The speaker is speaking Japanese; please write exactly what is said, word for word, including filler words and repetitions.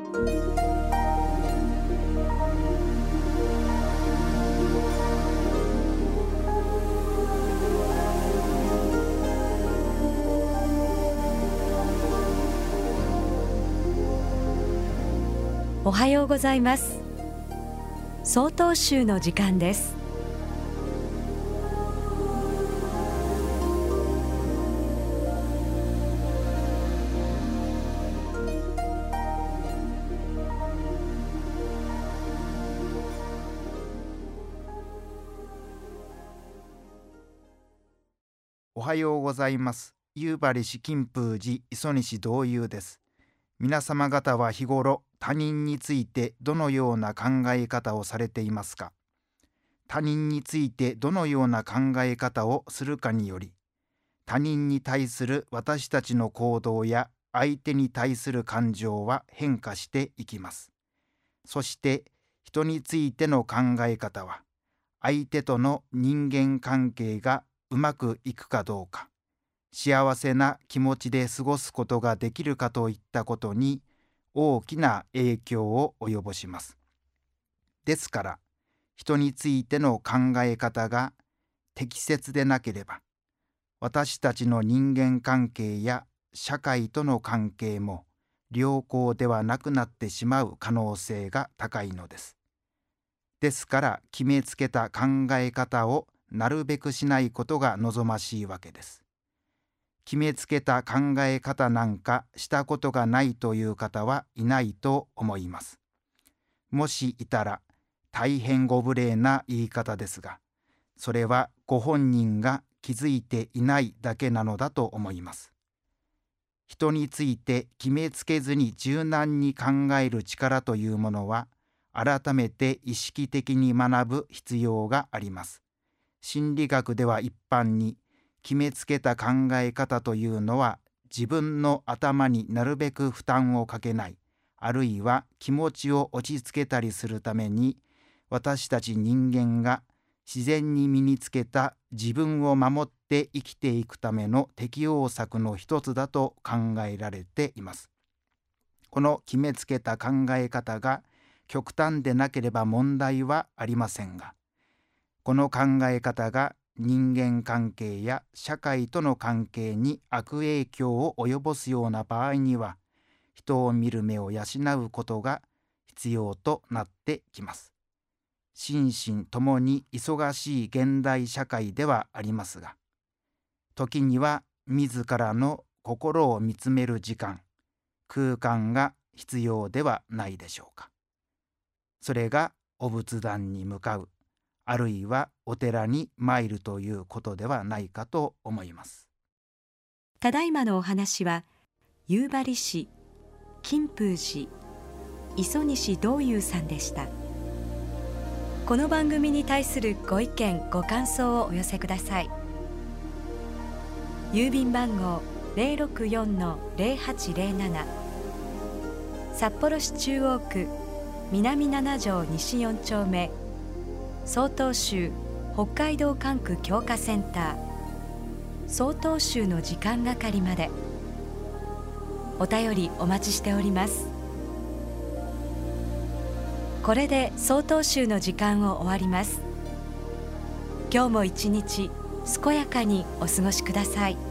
おはようございます。総統集の時間です。 おはようございます。夕張市金峰寺磯西道友です。皆様方は日頃他人についてどのような考え方をされていますか？他人についてどのような考え方をするかにより、他人に対する私たちの行動や相手に対する感情は変化していきます。そして人についての考え方は、相手との人間関係がうまくいくかどうか、幸せな気持ちで過ごすことができるかといったことに大きな影響を及ぼします。ですから、人についての考え方が適切でなければ、私たちの人間関係や社会との関係も良好ではなくなってしまう可能性が高いのです。ですから決めつけた考え方をなるべくしないことが望ましいわけです。決めつけた考え方なんかしたことがないという方はいないと思います。もしいたら大変ご無礼な言い方ですが、それはご本人が気づいていないだけなのだと思います。人について決めつけずに柔軟に考える力というものは、改めて意識的に学ぶ必要があります。心理学では一般に、決めつけた考え方というのは自分の頭になるべく負担をかけない、あるいは気持ちを落ち着けたりするために、私たち人間が自然に身につけた自分を守って生きていくための適応策の一つだと考えられています。この決めつけた考え方が極端でなければ問題はありませんが、この考え方が人間関係や社会との関係に悪影響を及ぼすような場合には、人を見る目を養うことが必要となってきます。心身ともに忙しい現代社会ではありますが、時には自らの心を見つめる時間、空間が必要ではないでしょうか。それがお仏壇に向かう、あるいはお寺に参るということではないかと思います。 ただいまのお話は、夕張市金峰寺磯西道友さんでした。この番組に対するご意見ご感想をお寄せください。郵便番号 ゼロろくよんのゼロはちゼロなな、 札幌市中央区南なな条西よん丁目、総統集北海道管区強化センター、総統集の時間係まで。お便りお待ちしております。これで総統集の時間を終わります。今日も一日健やかにお過ごしください。